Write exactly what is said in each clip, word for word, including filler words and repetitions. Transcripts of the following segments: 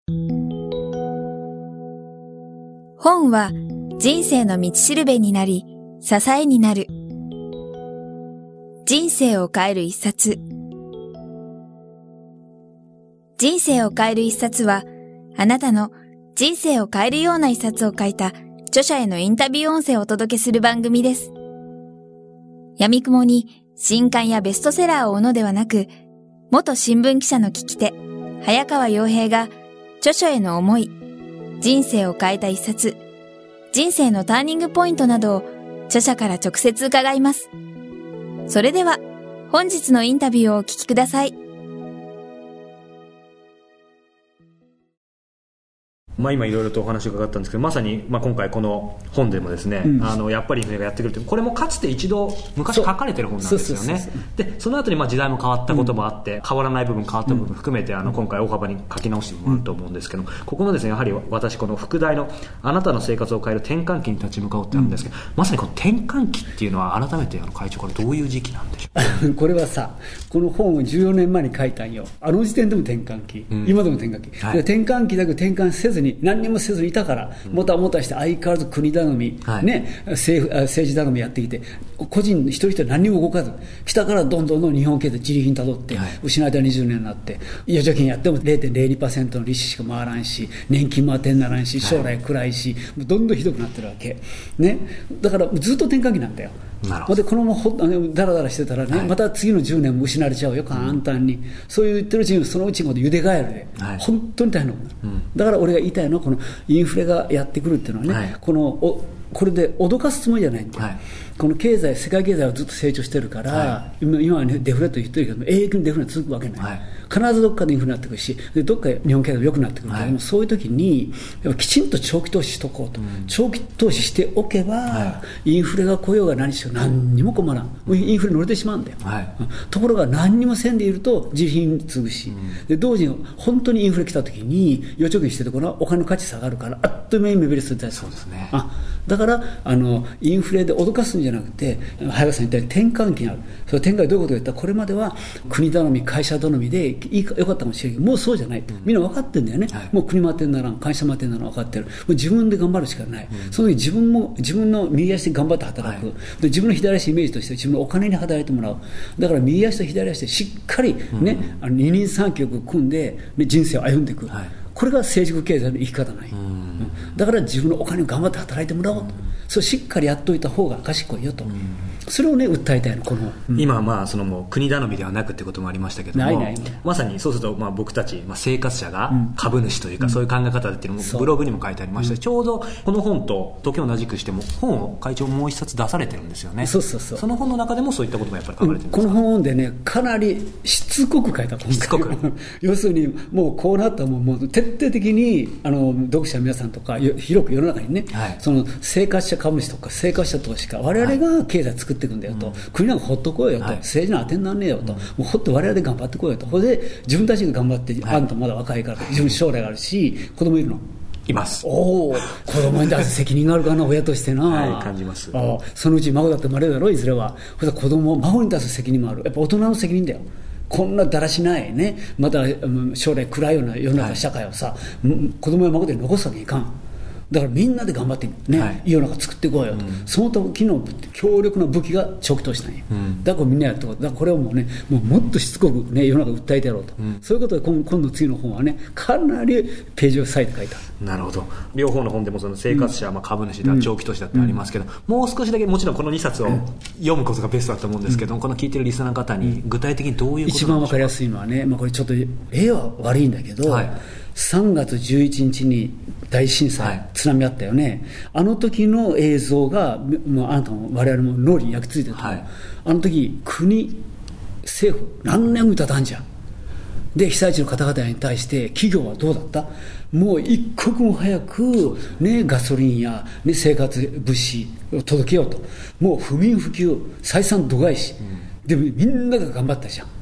本は人生の道しるべになり、支えになる。人生を変える一冊。人生を変える一冊は、あなたの人生を変えるような一冊を書いた著者へのインタビュー音声をお届けする番組です。闇雲に新刊やベストセラーを追うのではなく、元新聞記者の聞き手、早川洋平が著書への思い、人生を変えた一冊、人生のターニングポイントなどを著者から直接伺います。それでは本日のインタビューをお聞きください。 まあ、今いろいろとお話を伺ったんですけど、まさにまあ今回この本でもですね、うん、あのやっぱりインフレがやってくるという、これもかつて一度昔書かれてる本なんですよね。でその後にまあ時代も変わったこともあって、うん、変わらない部分変わった部分含めて、あの今回大幅に書き直してもらうと思うんですけど、ここのですね、やはり私この副題のあなたの生活を変える転換期に立ち向かおうってあるんですけど、うん、まさにこの転換期っていうのは改めてあの会長、これどういう時期なんでしょうこれはさ、この本をじゅうよねんまえに書いたんよ。あの時点でも転換期、うん、今でも転換期、はい、転換期だけど転換せずに何にもせずにいたから、もたもたして相変わらず国頼み、はい、ね、政府政治頼みやってきて、個人一人一人何にも動かず来たから、どんどんどん日本経済自利品たどって、はい、失われたにじゅうねんになって、預貯金やっても ゼロてんゼロにパーセント の利子しか回らんし、年金も当てにならんし、将来暗いし、はい、どんどんひどくなってるわけ、ね、だからずっと転換期なんだよ。でこのままだらだらしてたらね、はい、また次のじゅうねんも失われちゃうよ、簡単に、うん、そう言ってるうちにそのうちにゆでガエルで、はい、本当に大変なことになる、うん、だから俺が言いたいのは、このインフレがやってくるっていうのはね、はい、このおこれで脅かすつもりじゃないんだよ、はい、この経済、世界経済はずっと成長してるから、はい、今, 今は、ね、デフレと言ってるけど、永遠にデフレが続くわけない、はい、必ずどっかでインフレになってくるし、でどっかで日本経済が良くなってくるけど、はい、そういう時にやっぱきちんと長期投資しとこうと、うん、長期投資しておけば、はい、インフレが来ようが何しようが何にも困らん、うん、インフレ乗れてしまうんだよ、はい、ところが何にもせんでいると自利品継ぐし、うん、で同時に本当にインフレ来た時に預貯金してるところはお金の価値下がるから、あっという間に目減りするタイプ。 そうですね。 あだからあのインフレで脅かすんじゃなくて、早川さん言ったように転換期にある。その転換期どういうことか言ったら、これまでは国頼み会社頼みでいいかよかったかもしれないけど、もうそうじゃない、うん、みんな分かってるんだよね、はい、もう国回ってんならん、会社回ってんならん分かってる、もう自分で頑張るしかない、うん、その時自分も自分の右足で頑張って働く、はい、で自分の左足イメージとして自分のお金に働いてもらう。だから右足と左足でしっかり、ね、うん、あの二人三脚組んで、ね、人生を歩んでいく、はい、これが成熟経済の生き方ない、うん、だから自分のお金を頑張って働いてもらおうと、うん、それしっかりやっといた方が賢いよと、うん、それをね訴えたいのこの、 うん、今はまあそのもう国頼みではなくってこともありましたけども、ないないまさにそうするとまあ僕たち、まあ、生活者が株主というか、うん、そういう考え方っていうのもブログにも書いてありました、うん、ちょうどこの本と時を同じくしても本を会長もう一冊出されてるんですよね。 そうそうそう、 その本の中でもそういったことがやっぱり書かれてるんですか。 この本でねかなりしつこく書いた本。 しつこく要するにもうこうなったらもうもう徹底的にあの読者の皆さんとか広く世の中にね、はい、その生活者株主とか生活者投資家我々が経済作っていくんだよと、はい、国なんかほっとこうよと、はい、政治なんか当てになんねえよと、うん、もうほっと我々で頑張ってこうよと、それで自分たちが頑張って、はい、あんたまだ若いから自分将来があるし子供いるのいます。 お子供に出す責任があるかな親としてな、 はい、感じます。 あそのうち孫だって生まれるだろういずれは。それ子供孫に出す責任もある。やっぱ大人の責任だよ。こんなだらしないね、また将来暗いような世の中社会をさ、はい、子供や孫で残すわけにいかん。だからみんなで頑張ってね、はい、いい世の中作っていこうよと、うん、その時の強力な武器が長期投資なんや、うん、だからみんなやってこう。だからこれをもうねもうもっとしつこくね世の中訴えてやろうと、うん、そういうことで今今度次の本はねかなりページを割いて書いた。 なるほど。両方の本でもその生活者、うんまあ、株主だ長期投資だってありますけど、うん、もう少しだけもちろんこのにさつを読むことがベストだと思うんですけど、うん、この聞いてるリスナーの方に具体的にどういうこと一番わかりやすいのはね、まあ、これちょっと絵は悪いんだけど、はいさんがつじゅういちにちに大震災、はい、津波あったよね。あの時の映像がもうあなたも我々も脳裏に焼き付いてると、はい、あの時国政府何年も経たんじゃん。で被災地の方々に対して企業はどうだった。もう一刻も早く、ね、ガソリンや、ね、生活物資を届けようと。もう不眠不休採算度外視、うん、でもみんなが頑張ったじゃん。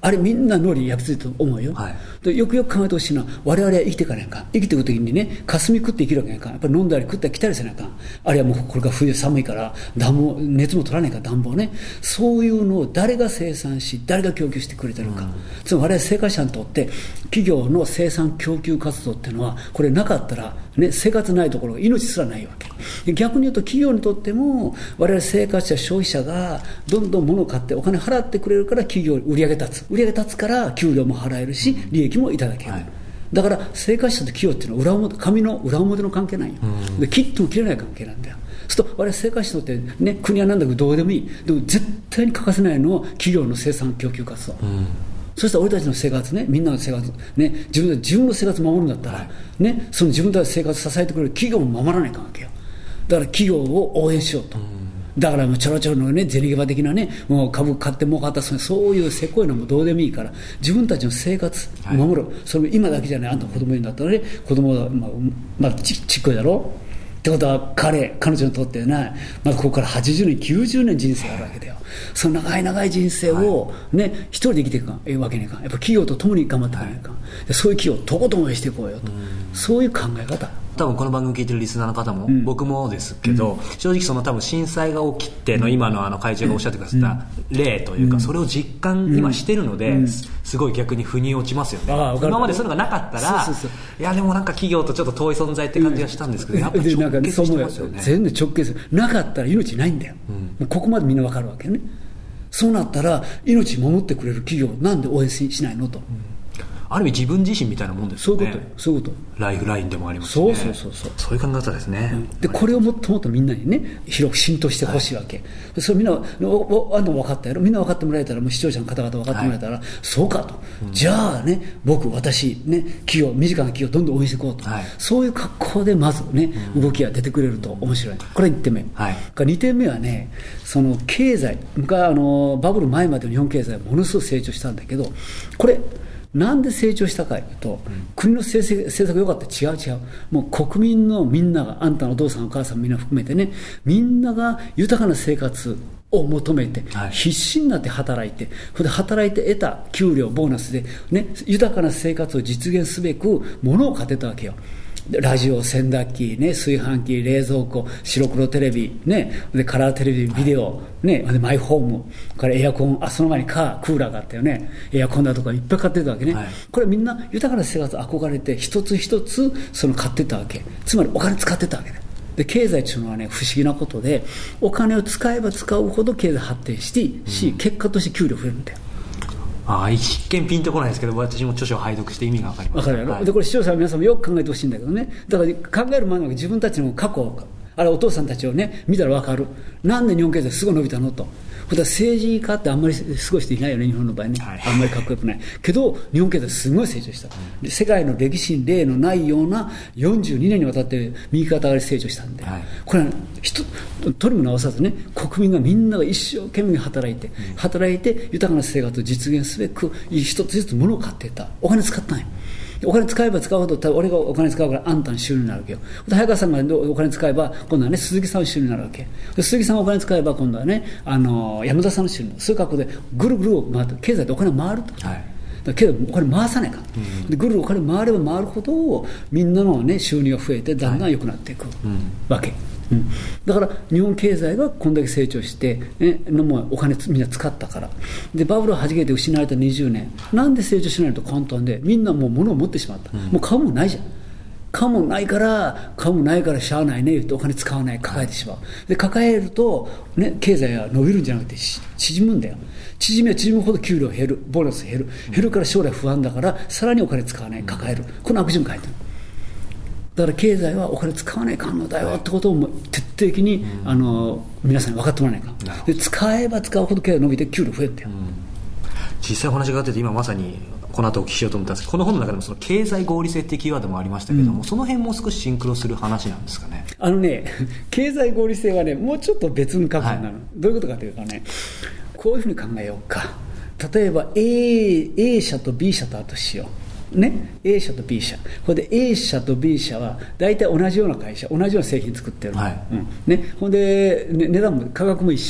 あれみんな脳裏に焼き付いてると思うよ、はい、でよくよく考えてほしいのは、我々は生きていかないかん、生きていくときにね、霞食って生きるわけないかん、やっぱり飲んだり食ったり来たりせないかん、あるいはもうこれから冬寒いから暖房、熱も取らないから暖房ね、そういうのを誰が生産し誰が供給してくれてるか、うん、つまり我々生活者にとって企業の生産供給活動っていうのは、これなかったら、ね、生活ないところが命すらないわけ。逆に言うと企業にとっても、我々生活者消費者がどんどん物を買ってお金払ってくれるから企業売り上げ立つ、売り上げ立つから給料も払えるし利益もいただける、はい、だから生活者と企業っていうのは裏表、紙の裏表の関係ないよ、うん、で切っても切れない関係なんだよ。そうすると我々生活者にとって、ね、国はなんだけどどうでもいい、でも絶対に欠かせないのは企業の生産供給活動、うん、そしたら俺たちの生活ね、みんなの生活、ね、自分自分の生活を守るんだったら、はいね、その自分たちの生活を支えてくれる企業も守らないかんわけよ。だから企業を応援しようと、うん、だからもうちょろちょろのね、銭ゲバ的なね、もう株買って儲かった、そういうせこいのもどうでもいいから、自分たちの生活を守る、はい、それも今だけじゃない、あんた子供になったらね、子供が、まあまあ、ち, ちっこいだろってことは、彼彼女にとってね、まあ、ここからはちじゅうねんきゅうじゅうねん人生があるわけだよ。その長い長い人生を、ね、はい、一人で生きていくわけにいかん。やっぱ企業と共に頑張っていかないかん、はい、そういう企業をとことん応援していこうよと、そういう考え方。 多分この番組聞いてるリスナーの方も、うん、僕もですけど、うん、正直その多分震災が起きての今のあの会長がおっしゃってくださった例というか、それを実感今してるので、うん、すごい逆に腑に落ちますよね。今までそういうのがなかったら、そうそうそう、いやでもなんか企業とちょっと遠い存在って感じがしたんですけど、うん、やっぱり直結してますよね。 全然直結する。なかったら命ないんだよ、うん、もうここまでみんな分かるわけね。そうなったら命守ってくれる企業なんで応援しないのと、うん、 ある意味自分自身みたいなもんですよね。 そういうこと、そういうこと。 ライフラインでもありますね。 そうそうそうそう。 そういう考え方ですね。 うん、でこれをもっともっとみんなにね、広く浸透してほしいわけ。はい、それみんなおあの分かったやろ。みんな分かってもらえたら、もう視聴者の方々分かってもらえたら、はい、そうかと、うん。じゃあね、僕私ね、企業身近な企業をどんどん応援していこうと、はい、そういう格好でまずね、うん、動きが出てくれると面白い。これいってんめ。はい、にてんめはね、その経済、昔あのバブル前までの日本経済はものすごく成長したんだけど、これ。なんで成長したかというと、うん、国の政策、政策が良かったら違う違う。もう国民のみんなが、あんたのお父さんお母さんみんな含めてね、みんなが豊かな生活を求めて、はい、必死になって働いて、それで働いて得た給料、ボーナスで、ね、豊かな生活を実現すべく物を買ってたわけよ。ラジオ、洗濯機、ね、炊飯器、冷蔵庫、白黒テレビ、ね、でカラーテレビ、ビデオ、ね、でマイホーム、からエアコン、あ、その前にカー、クーラーがあったよね、エアコンだとかいっぱい買ってたわけね。はい、これみんな豊かな生活憧れて、一つ一つその買ってたわけ。つまりお金使ってたわけだ。で経済というのはね、不思議なことで、お金を使えば使うほど経済発展してし、うん、結果として給料増えるんだよ。 ああ、一見ピンとこないですけど、私も著書を拝読して意味が分かります。 分かるやろ、はい、でこれ視聴者の皆さんもよく考えてほしいんだけどね。だから考える前に自分たちの過去、あれお父さんたちをね見たら分かる。なんで日本経済すごい伸びたのと。政治家ってあんまりすごい人いないよね、日本の場合ね、はい、あんまりかっこよくないけど日本経済すごい成長した。で世界の歴史に例のないようなよんじゅうにねんにわたって右肩上がり成長したんで、はい、これは人取りも直さずね、国民がみんなが一生懸命働いて、うん、働いて豊かな生活を実現すべく一つずつ物を買っていた。お金使ったんよ。お金使えば使うほど、俺がお金使うからあんたの収入になるわけよ。早川さんがお金使えば今度はね鈴木さんの収入になるわけで、鈴木さんがお金使えば今度はねあの山田さんの収入、そういう格好でぐるぐる回って経済でお金回ると、はい、だけどお金回さないから、うん、でぐるぐるお金回れば回るほどみんなの、ね、収入が増えてだんだん良くなっていくわけ、はい、うん、だから日本経済がこんだけ成長して、ね、もうお金みんな使ったから。でバブルをはじけて失われたにじゅうねん、なんで成長しないと簡単で、みんなもう物を持ってしまった、うん、もう買うもんないじゃん。買うもんないから買うもんないからしゃあないね言ってお金使わない、抱えてしまう。で抱えると、ね、経済は伸びるんじゃなくて縮むんだよ。縮みは縮むほど給料減る、ボーナス減る、減るから将来不安だからさらにお金使わない、抱える、この悪循環入ってる。だから経済はお金使わないかんのだよってことをもう徹底的に、うん、あの皆さんに分かってもらわないかん。で使えば使うほど経済伸びて給料増えるんだよ、うん、 実際お話があってて今まさにこの後お聞きしようと思ったんですけど、この本の中でもその経済合理性ってキーワードもありましたけども、うん、その辺も少しシンクロする話なんですかね。 あのね経済合理性はねもうちょっと別の角度になる、はい、どういうことかというとね、こういうふうに考えようか。例えば A, A 社と B 社とあとしようね、A 社と B 社、これで A 社と B 社は大体同じような会社、同じような製品作ってる、はい、うんね、ほんで、ね、値段も価格も一緒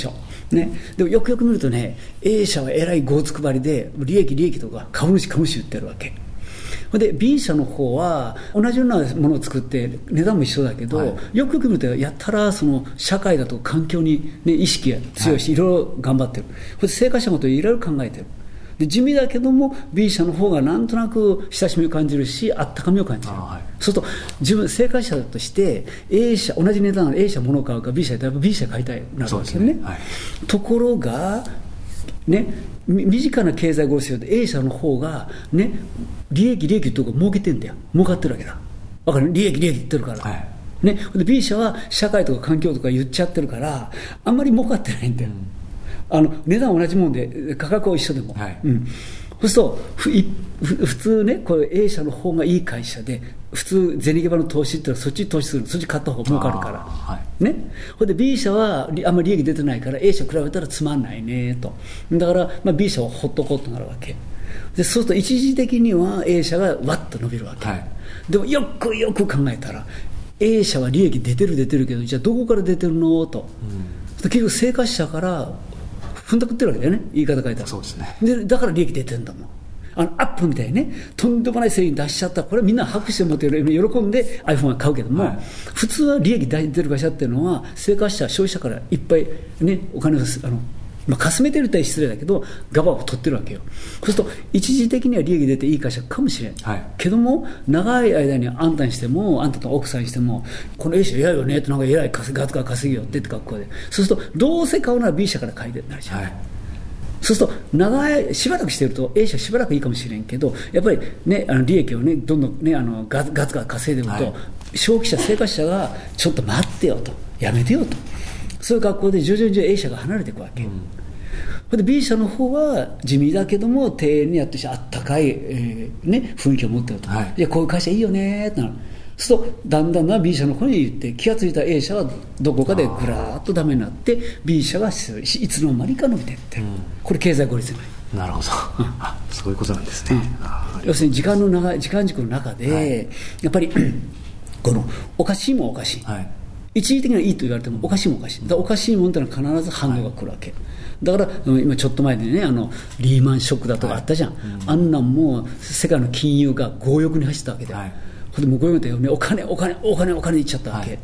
ね、でもよくよく見るとね、A 社はえらい豪つくばりで利益利益とか株主株主言ってるわけで、 B 社の方は同じようなものを作って値段も一緒だけど、はい、よくよく見るとやったらその社会だとか環境に、ね、意識が強いし、はい、いろいろ頑張ってる。そして成果者のことをいろいろ考えてる。で地味だけども B 社の方がなんとなく親しみを感じるし、あったかみを感じる。はい、そうすると自分成果者として A 社同じ値段の A 社物を買うか B 社だいぶ B 社買いたいなるわけよね。はい、ところがね、身近な経済合成で A 社の方がね、利益利益ってとこ儲けてんだよ。儲かってるわけだ。わかる？利益利益言ってるから。はい、ね、で B 社は社会とか環境とか言っちゃってるからあんまり儲かってないんだよ。うんあの値段は同じもんで価格は一緒でも、はいうん、そうするとふ普通ねこれ A 社の方がいい会社で普通銭ゲバの投資ってのはそっちに投資するそっち買った方が儲かるから、はいね、ほんで B 社はあんまり利益出てないから A 社比べたらつまんないねとだから、まあ、B 社はほっとこうとなるわけでそうすると一時的には A 社がわっと伸びるわけ、はい、でもよくよく考えたら A 社は利益出てる出てるけどじゃあどこから出てるのと、うん、結局生活者から踏んだくってるわけだよね言い方変えたらそうですねでだから利益出てるんだもんあのアップルみたいにねとんでもない製品出しちゃったらこれはみんな拍手を持って喜んで iPhone は買うけども、はい、普通は利益出てる会社っていうのは生活者消費者からいっぱいねお金をあのまあ、かすめてるって失礼だけどガバを取ってるわけよそうすると一時的には利益出ていい会社かもしれん、はい、けども長い間にあんたにしてもあんたと奥さんにしてもこの A 社嫌よねってなんか偉いガツガツ稼ぎよってって格好でそうするとどうせ買うなら B 社から買いでなるじゃん、はい、そうすると長いしばらくしてると A 社しばらくいいかもしれんけどやっぱりねあの利益をねどんどんねあのガツガツ稼いでると、はい、消費者生活者がちょっと待ってよとやめてよとそういう格好で徐々に A 社が離れていくわけ、うん、で B 社の方は地味だけども庭園にやってしてあったかい、えーね、雰囲気を持ってると、はい、いやこういう会社いいよねってなるそうするとだんだんな B 社の方に言って気がついた A 社はどこかでぐらーっとダメになって B 社がいつの間にか伸びていってる、うん、これ経済合理性ないなるほど、うん、あそういうことなんですね、 うん、要するに時間の長い時間軸の中で、はい、やっぱりこのおかしいもんおかしい、はい、一時的にはいいと言われてもおかしいもんおかしいだおかしいもんってのは必ず反応が来るわけ、はいだから今ちょっと前でねあのリーマンショックだとかあったじゃん、はいうん、あんなんもう世界の金融が強欲に走ったわけで、はい、でもう強欲で、ね、お金お金お金お金いっちゃったわけ、はい、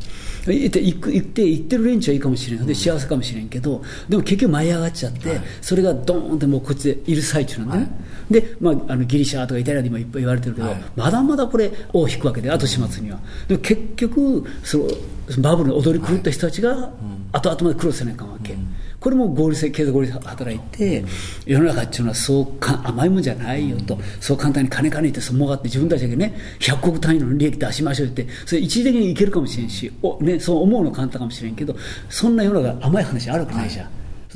言って言って言ってる連中はいいかもしれんで幸せかもしれんけどでも結局舞い上がっちゃって、はい、それがドーンってもうこっちでいる最中なんだね、はい、で、まあ、あのギリシャとかイタリアで今いっぱい言われてるけど、はい、まだまだこれ尾を引くわけで後始末にはでも結局そのバブルの踊り狂った人たちが後々まで苦労せないかんわけ、うんこれも合理性経済合理性働いて世の中っていうのはそうか甘いもんじゃないよと、うん、そう簡単に金金って儲かって自分たちだけねひゃくおく単位の利益出しましょうってそれ一時的にいけるかもしれんしお、ね、そう思うの簡単かもしれんけどそんな世の中甘い話あるわけないじゃん、はい、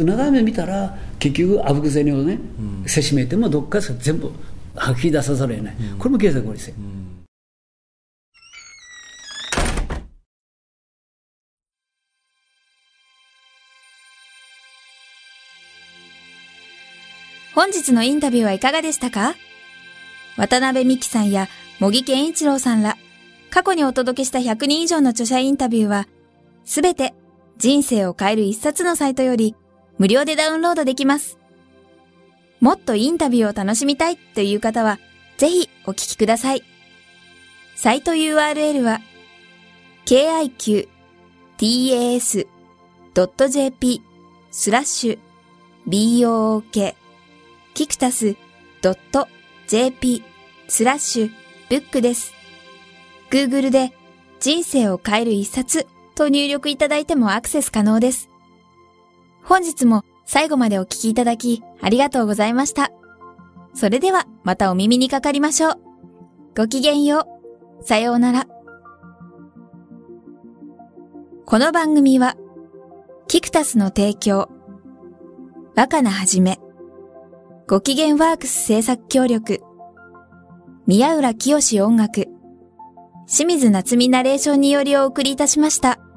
長い目見たら結局あぶく銭をね、うん、せしめてもどっかで全部吐き出さざるを得ない、うん、これも経済合理性、うん本日のインタビューはいかがでしたか？渡辺美樹さんや茂木健一郎さんら過去にお届けしたひゃくにん以上の著者インタビューはすべて人生を変える一冊のサイトより無料でダウンロードできます。もっとインタビューを楽しみたいという方はぜひお聞きください。サイト ユーアールエル は ケーアイキューティーエーエスドットジェーピー スラッシュ ビーオーオーケーキクタス .jp スラッシュブックです。Google で人生を変える一冊と入力いただいてもアクセス可能です。本日も最後までお聞きいただきありがとうございました。それではまたお耳にかかりましょう。ごきげんよう。さようなら。この番組はキクタスの提供、若菜はじめごきげんワークス制作協力、宮浦清志音楽、清水夏美ナレーションによりお送りいたしました。